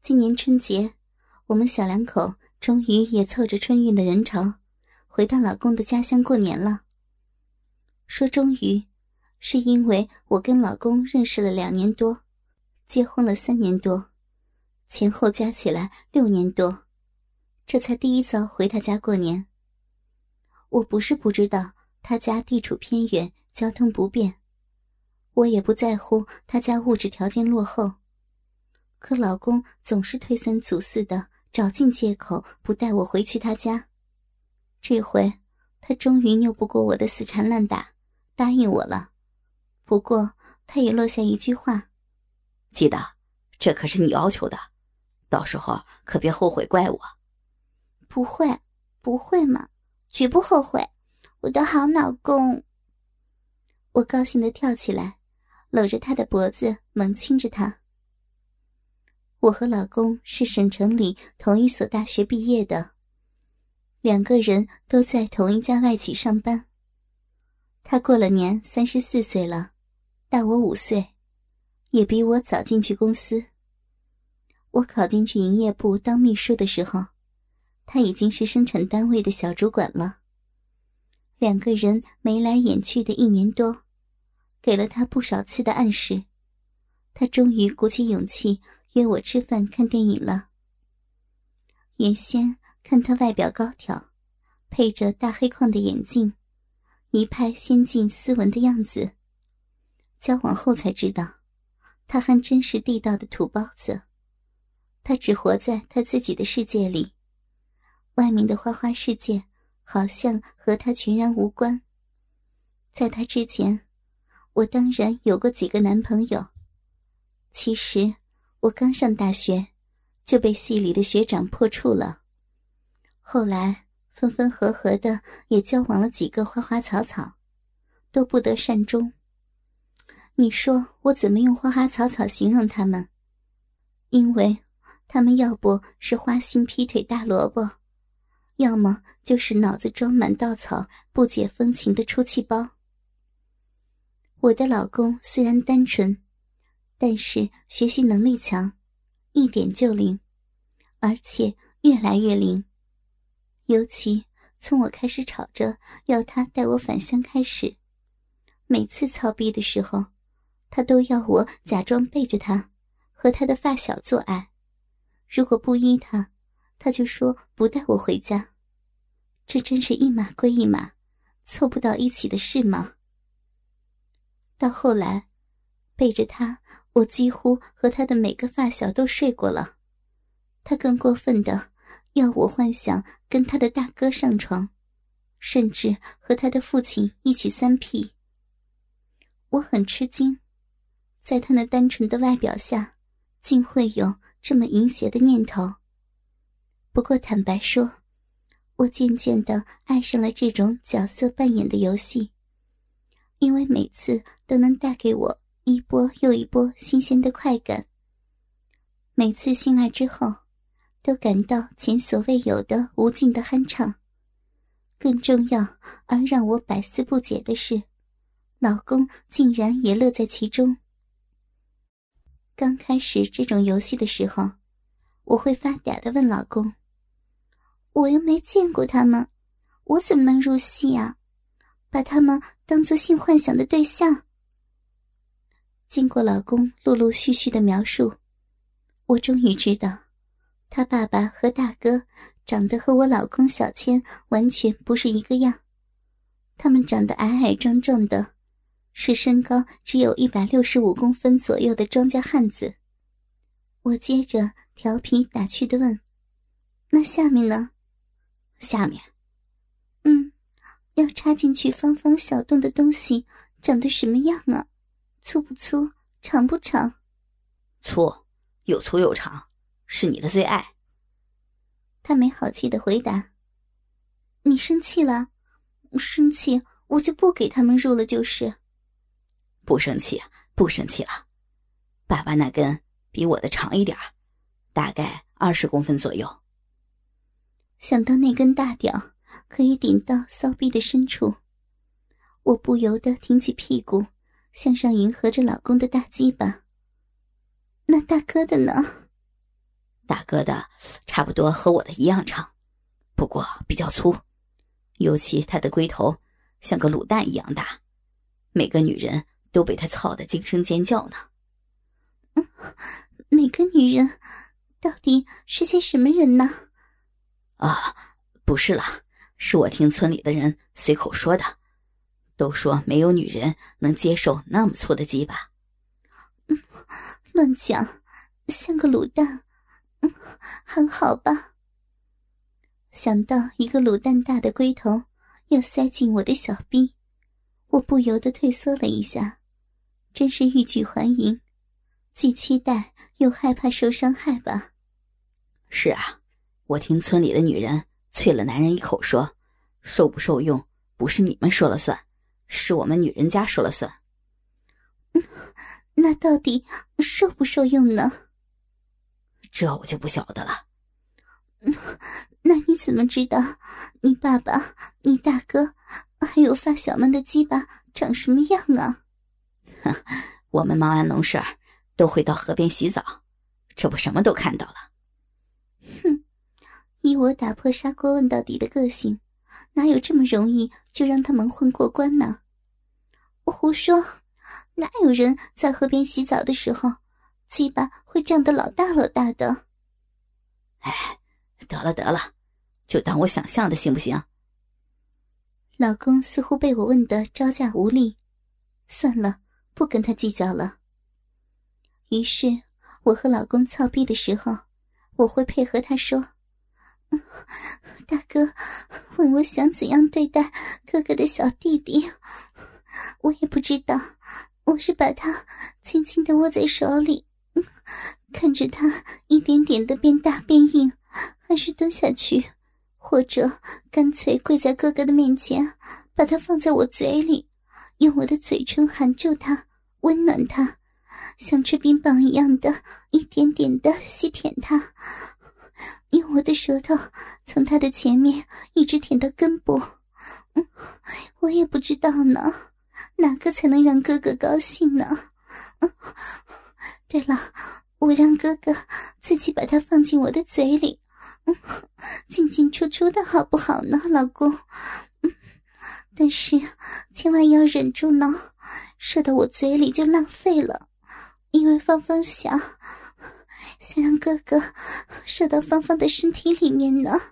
今年春节，我们小两口终于也凑着春运的人潮，回到老公的家乡过年了。说终于，是因为我跟老公认识了2年多，结婚了3年多，前后加起来6年多，这才第一遭回他家过年。我不是不知道他家地处偏远，交通不便，我也不在乎他家物质条件落后，可老公总是推三阻四的找尽借口不带我回去他家。这回他终于拗不过我的死缠烂打，答应我了。不过他也落下一句话： 记得，这可是你要求的，到时候可别后悔怪我。 不会，不会嘛，绝不后悔，我的好老公。 我高兴地跳起来，搂着他的脖子猛亲着他。我和老公是省城里同一所大学毕业的，2个人都在同一家外企上班。他过了年34岁了，大我5岁，也比我早进去公司。我考进去营业部当秘书的时候，他已经是生产单位的小主管了。2个人眉来眼去的1年多，给了他不少次的暗示，他终于鼓起勇气约我吃饭看电影了。原先看他外表高挑，配着大黑框的眼镜，一派先进斯文的样子，交往后才知道他还真是地道的土包子。他只活在他自己的世界里，外面的花花世界好像和他全然无关。在他之前，我当然有过几个男朋友，其实我刚上大学就被系里的学长破处了，后来分分合合的也交往了几个花花草草，都不得善终。你说我怎么用花花草草形容他们？因为他们要不是花心劈腿大萝卜，要么就是脑子装满稻草不解风情的出气包。我的老公虽然单纯，但是学习能力强，1点就灵，而且越来越灵。尤其从我开始吵着要他带我返乡开始，每次操逼的时候，他都要我假装背着他和他的发小做爱，如果不依他，他就说不带我回家。这真是一码归一码，凑不到一起的事吗？到后来背着他，我几乎和他的每个发小都睡过了。他更过分的要我幻想跟他的大哥上床，甚至和他的父亲一起3P。我很吃惊，在他那单纯的外表下，竟会有这么淫邪的念头。不过坦白说，我渐渐地爱上了这种角色扮演的游戏，因为每次都能带给我一波又一波新鲜的快感。每次性爱之后，都感到前所未有的无尽的酣畅。更重要而让我百思不解的是，老公竟然也乐在其中。刚开始这种游戏的时候，我会发嗲地问老公：我又没见过他们，我怎么能入戏啊？把他们当作性幻想的对象。经过老公陆陆续续的描述，我终于知道，他爸爸和大哥长得和我老公小千完全不是一个样。他们长得矮矮壮壮的，是身高只有165公分左右的庄稼汉子。我接着调皮打趣地问：那下面呢？ 下面要插进去方方小洞的东西长得什么样啊？粗不粗？长不长？ 粗，有粗有长，是你的最爱。 他没好气地回答： 你生气了？生气我就不给他们入了就是。 不生气，不生气了。爸爸那根比我的长一点，大概20公分左右。 想到那根大屌可以顶到骚逼的深处，我不由得挺起屁股，向上迎合着老公的大鸡巴。那大哥的呢？ 大哥的差不多和我的一样长，不过比较粗，尤其他的龟头像个卤蛋一样大，每个女人都被他操得惊声尖叫呢。 每个女人到底是些什么人呢？ 啊，不是啦，是我听村里的人随口说的，都说没有女人能接受那么粗的鸡巴。 乱讲，像个卤蛋。还好吧。想到一个卤蛋大的龟头要塞进我的小臂，我不由得退缩了一下，真是欲拒还迎，既期待又害怕受伤害吧。 是啊，我听村里的女人啐了男人一口说，受不受用不是你们说了算，是我们女人家说了算。 那到底受不受用呢？ 这我就不晓得了。 那你怎么知道你爸爸、你大哥还有发小们的鸡巴长什么样啊？ 我们忙完农事儿都会到河边洗澡，这不什么都看到了。 哼，以我打破砂锅问到底的个性，哪有这么容易就让他蒙混过关呢？我胡说，哪有人在河边洗澡的时候鸡巴会胀得老大老大的？ 哎，得了得了，就当我想象的行不行？ 老公似乎被我问得招架无力，算了，不跟他计较了。于是我和老公操逼的时候，我会配合他说，大哥问我想怎样对待哥哥的小弟弟，我也不知道，我是把他轻轻地握在手里，看着他一点点的变大变硬，还是蹲下去，或者干脆跪在哥哥的面前，把他放在我嘴里，用我的嘴唇含住他，温暖他，像吃冰棒一样的一点点的细舔他，用我的舌头从他的前面一直舔到根部。我也不知道呢，哪个才能让哥哥高兴呢？对了，我让哥哥自己把它放进我的嘴里，进进出出的好不好呢，老公？但是千万要忍住呢，射到我嘴里就浪费了，因为芳芳想让哥哥射到芳芳的身体里面呢。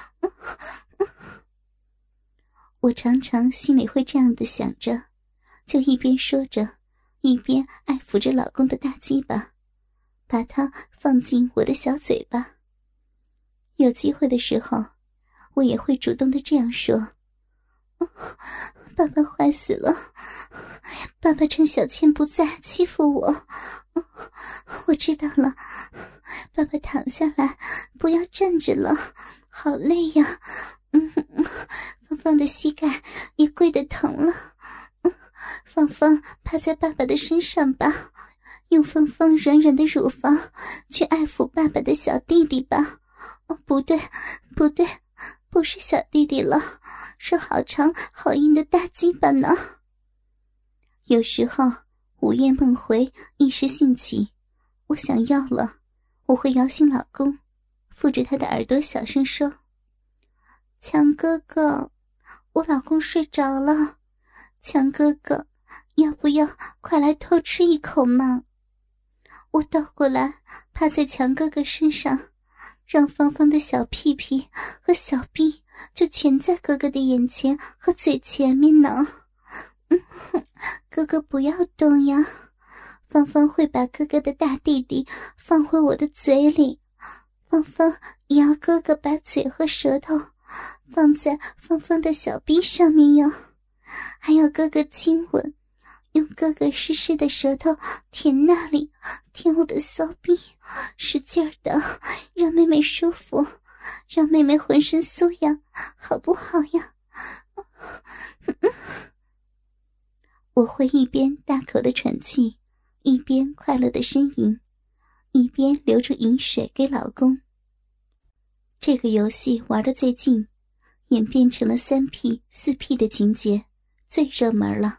我常常心里会这样的想着，就一边说着，一边爱抚着老公的大鸡巴，把它放进我的小嘴巴。有机会的时候，我也会主动的这样说，爸爸坏死了，爸爸趁小倩不在欺负我，我知道了，爸爸躺下来，不要站着了，好累呀，芳芳的膝盖也跪得疼了，芳芳趴在爸爸的身上吧，用芳芳软软的乳房去爱抚爸爸的小弟弟吧。不对，不是小弟弟了，是好长好硬的大鸡巴呢。有时候午夜梦回，一时兴起，我想要了，我会摇醒老公，附着他的耳朵小声说，强哥哥，我老公睡着了，强哥哥，要不要快来偷吃一口嘛？我倒过来趴在强哥哥身上，让芳芳的小屁屁和小臂就全在哥哥的眼前和嘴前面呢。哥哥不要动呀，芳芳会把哥哥的大弟弟放回我的嘴里，芳芳也要哥哥把嘴和舌头放在芳芳的小臂上面哟，还要哥哥亲吻，用哥哥湿湿的舌头舔那里，舔我的骚逼，使劲儿的让妹妹舒服，让妹妹浑身酥痒，好不好呀？我会一边大口的喘气，一边快乐的呻吟，一边流出饮水给老公。这个游戏玩得最近，演变成了3P、4P 的情节，最热门了。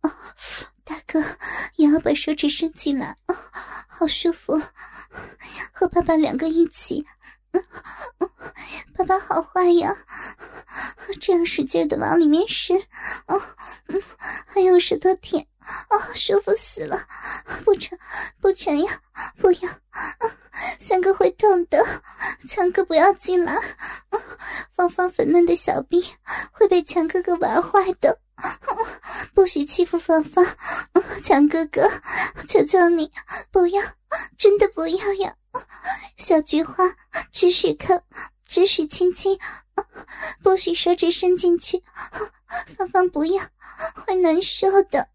大哥也要把手指伸进来，好舒服， 和爸爸两个一起。爸爸好坏呀，这样使劲的往里面伸，还用舌头舔，舒服死了！不成呀，不要，3个会痛的，强哥不要进来，芳芳粉嫩的小臂会被强哥哥玩坏的，不许欺负芳芳，强哥哥，求求你不要，真的不要呀！小菊花，只许看，只许亲亲，不许手指伸进去，芳芳不要，会难受的。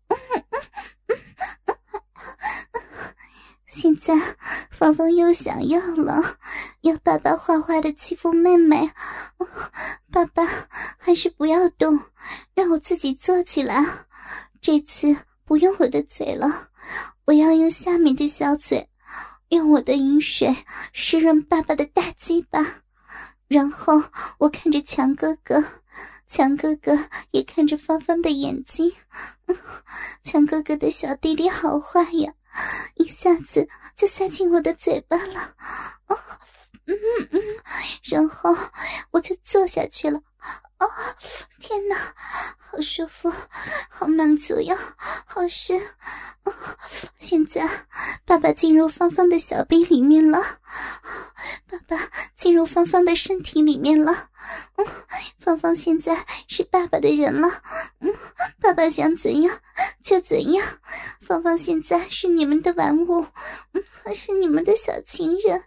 现在芳芳又想要了，要爸爸坏坏的欺负妹妹，爸爸还是不要动，让我自己坐起来，这次不用我的嘴了，我要用下面的小嘴，用我的饮水湿润爸爸的大鸡巴，然后我看着强哥哥，强哥哥也看着芳芳的眼睛，强哥哥的小弟弟好坏呀，一下子就塞进我的嘴巴了，然后我就坐下去了，天哪，好舒服，好满足呀，好深，现在爸爸进入芳芳的小臂里面了，爸爸进入芳芳的身体里面了，芳芳现在是爸爸的人了，爸爸想怎样就怎样，芳芳现在是你们的玩物，是你们的小情人，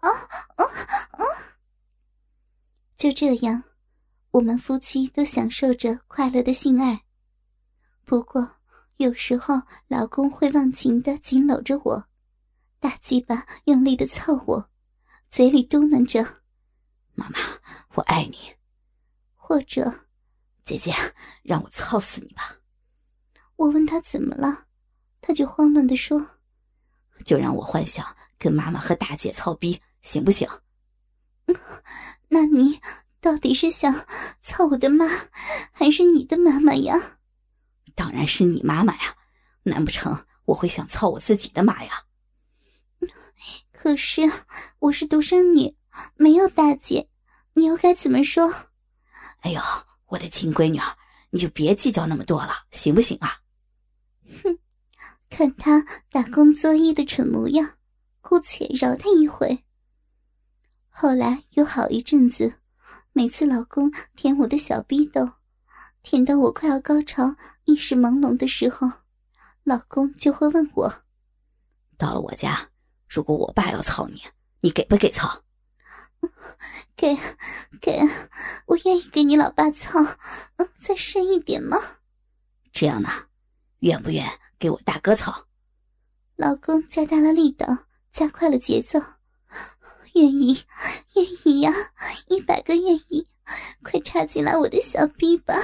就这样，我们夫妻都享受着快乐的性爱。不过有时候老公会忘情地紧搂着我，大鸡巴用力地操我，嘴里嘟囔着妈妈我爱你， 或者姐姐让我操死你吧。 我问他怎么了，他就慌乱地说， 就让我幻想跟妈妈和大姐操逼行不行？ 那你到底是想操我的妈还是你的妈妈呀？ 当然是你妈妈呀，难不成我会想操我自己的妈呀？ 可是我是独生女，没有大姐，你又该怎么说？ 哎呦，我的亲闺女儿，你就别计较那么多了，行不行啊？ 哼，看他打工作揖的蠢模样，姑且饶他一回。后来有好一阵子，每次老公舔我的小逼斗，舔到我快要高潮意识朦胧的时候，老公就会问我， 到了我家，如果我爸要操你，你给不给操？ 给，我愿意给你老爸操，再深一点吗？ 这样呢，愿不愿给我大哥操？ 老公加大了力道，加快了节奏。愿意呀，100个愿意，快插进来我的小逼吧。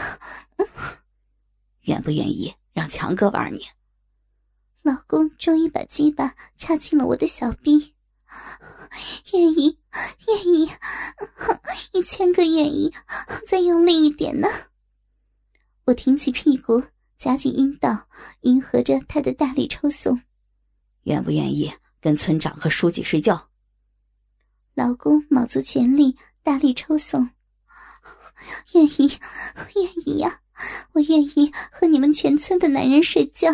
愿不愿意让强哥玩你？ 老公终于把鸡巴插进了我的小逼。愿意，1000个愿意，再用力一点呢。我挺起屁股，夹紧阴道，迎合着他的大力抽送。 愿不愿意跟村长和书记睡觉？ 老公卯足全力，大力抽送。愿意呀，我愿意和你们全村的男人睡觉。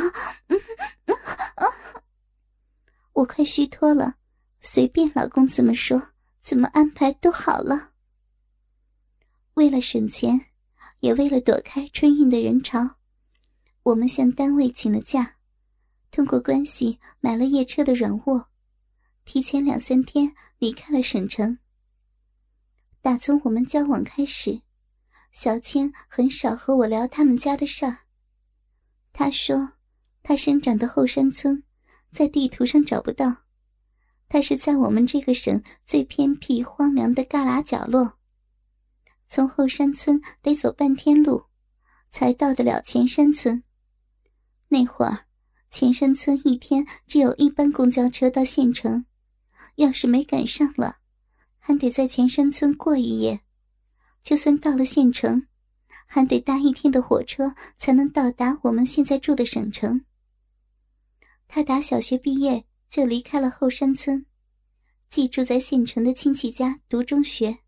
我快虚脱了，随便老公怎么说，怎么安排都好了。为了省钱，也为了躲开春运的人潮，我们向单位请了假，通过关系买了夜车的软卧，提前2-3天离开了省城。打从我们交往开始，小千很少和我聊他们家的事儿。他说他生长的后山村在地图上找不到，他是在我们这个省最偏僻荒凉的旮旯角落，从后山村得走半天路才到得了前山村。那会儿前山村一天只有1班公交车到县城，要是没赶上了，还得在前山村过一夜，就算到了县城，还得搭1天的火车才能到达我们现在住的省城。他打小学毕业就离开了后山村， 寄住在县城的亲戚家读中学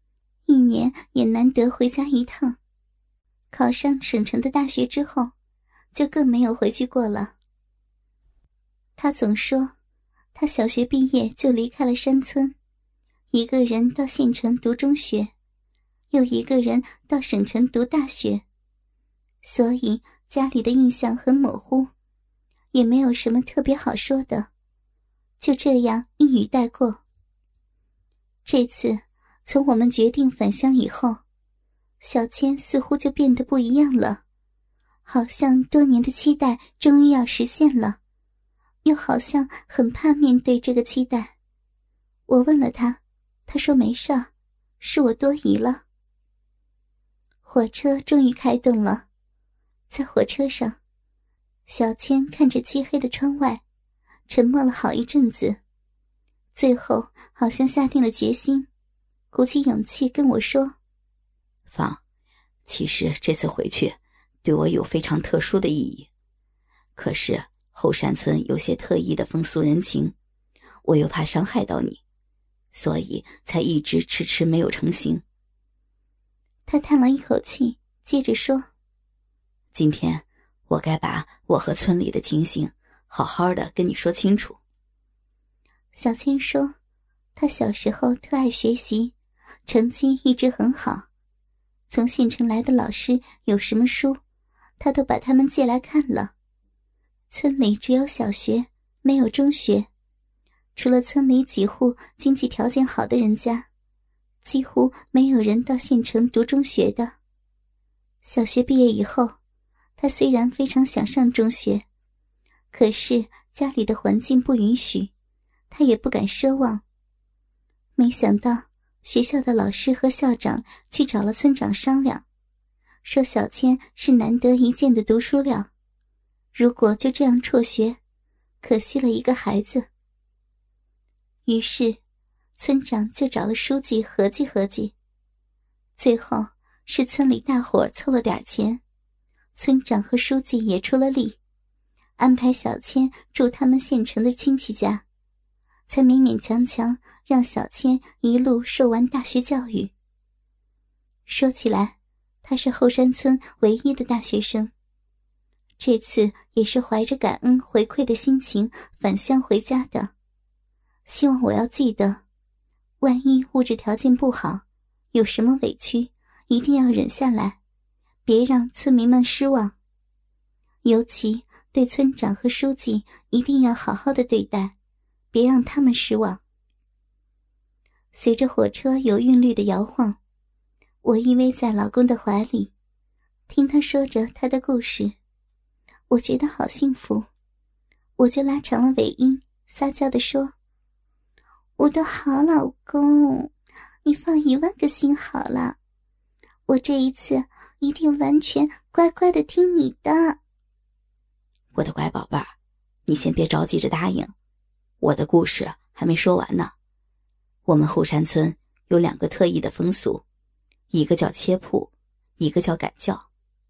，1年也难得回家一趟。考上省城的大学之后，就更没有回去过了。他总说，他小学毕业就离开了山村，一个人到县城读中学，又一个人到省城读大学，所以家里的印象很模糊，也没有什么特别好说的，就这样一语带过。这次从我们决定返乡以后，小千似乎就变得不一样了，好像多年的期待终于要实现了，又好像很怕面对这个期待。我问了他，他说没事，是我多疑了。火车终于开动了，在火车上，小千看着漆黑的窗外，沉默了好一阵子，最后好像下定了决心，鼓起勇气跟我说： 芳，其实这次回去对我有非常特殊的意义，可是后山村有些特异的风俗人情，我又怕伤害到你，所以才一直迟迟没有成行。 他叹了一口气，接着说： 今天我该把我和村里的情形好好的跟你说清楚。 小千说，他小时候特爱学习，成绩一直很好，从县城来的老师有什么书，他都把他们借来看了。村里只有小学，没有中学，除了村里几户经济条件好的人家，几乎没有人到县城读中学的。小学毕业以后，他虽然非常想上中学，可是家里的环境不允许，他也不敢奢望。没想到学校的老师和校长去找了村长商量，说小千是难得一见的读书料，如果就这样辍学，可惜了一个孩子。于是村长就找了书记合计合计，最后是村里大伙凑了点钱，村长和书记也出了力，安排小千住他们县城的亲戚家，才勉勉强强让小千一路受完大学教育。说起来，他是后山村唯一的大学生，这次也是怀着感恩回馈的心情返乡回家的，希望我要记得，万一物质条件不好，有什么委屈一定要忍下来，别让村民们失望，尤其对村长和书记一定要好好的对待，别让他们失望。随着火车有韵律的摇晃，我依偎在老公的怀里，听他说着他的故事，我觉得好幸福，我就拉长了尾音，撒娇地说：我的好老公，你放10000个心好了，我这一次一定完全乖乖的听你的。 我的乖宝贝儿，你先别着急着答应，我的故事还没说完呢。我们后山村有2个特异的风俗，一个叫切铺，一个叫赶轿。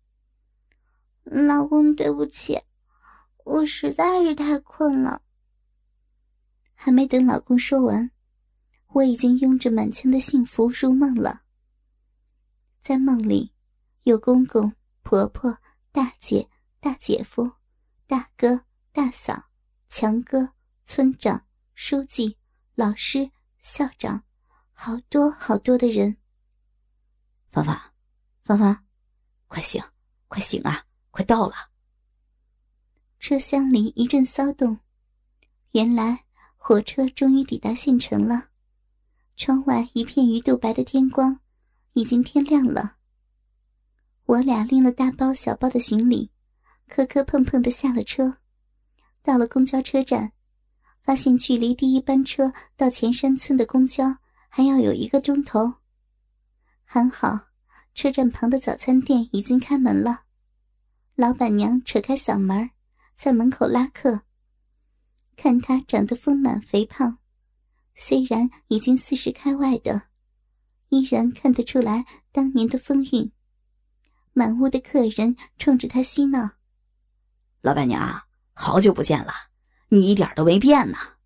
老公，对不起，我实在是太困了。还没等老公说完，我已经拥着满腔的幸福入梦了。在梦里，有公公、婆婆、大姐、大姐夫、大哥、大嫂、强哥、村长、书记、老师、校长，好多好多的人。 芳芳，芳芳，快醒，快醒啊，快到了。 车厢里一阵骚动，原来火车终于抵达县城了，窗外一片鱼肚白的天光，已经天亮了。我俩拎了大包小包的行李，磕磕碰碰地下了车，到了公交车站，发现距离第一班车到前山村的公交还要有1个钟头。还好，车站旁的早餐店已经开门了，老板娘扯开嗓门，在门口拉客。看她长得丰满肥胖，虽然已经40开外的，依然看得出来当年的风韵。满屋的客人冲着她嬉闹： 老板娘，好久不见了，你一点都没变呢。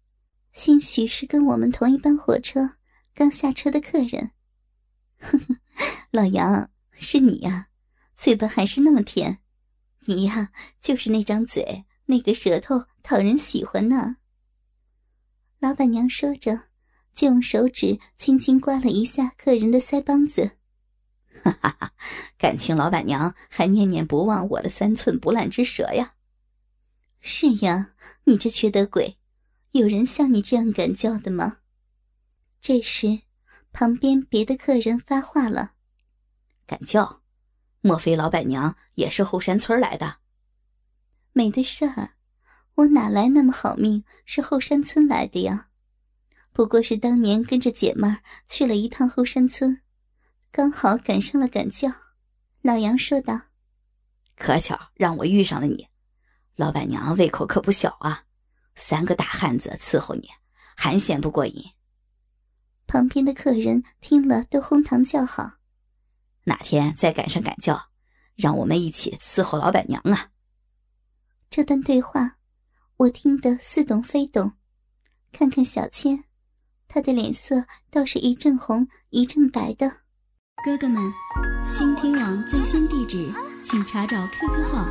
兴许是跟我们同一班火车刚下车的客人。呵呵，老杨，是你呀，嘴巴还是那么甜。你呀，就是那张嘴，那个舌头讨人喜欢呢。老板娘说着，就用手指轻轻刮了一下客人的腮帮子。 哈哈哈，感情老板娘还念念不忘我的3寸不烂之舌呀。 是呀，你这缺德鬼，有人像你这样敢叫的吗？这时旁边别的客人发话了。 敢叫？莫非老板娘也是后山村来的？ 没的事儿，我哪来那么好命是后山村来的呀？不过是当年跟着姐妹儿去了一趟后山村，刚好赶上了敢叫。老杨说道。 可巧让我遇上了你，老板娘胃口可不小啊，3个大汉子伺候你，还嫌不过瘾。 旁边的客人听了都哄堂叫好。 哪天再赶上敢叫，让我们一起伺候老板娘啊。 这段对话我听得似懂非懂，看看小千，她的脸色倒是一阵红一阵白的。 哥哥们，倾听网最新地址请查找 QQ 号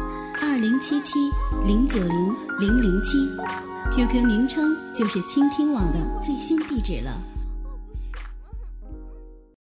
2077090007，QQ 名称就是倾听网的最新地址了。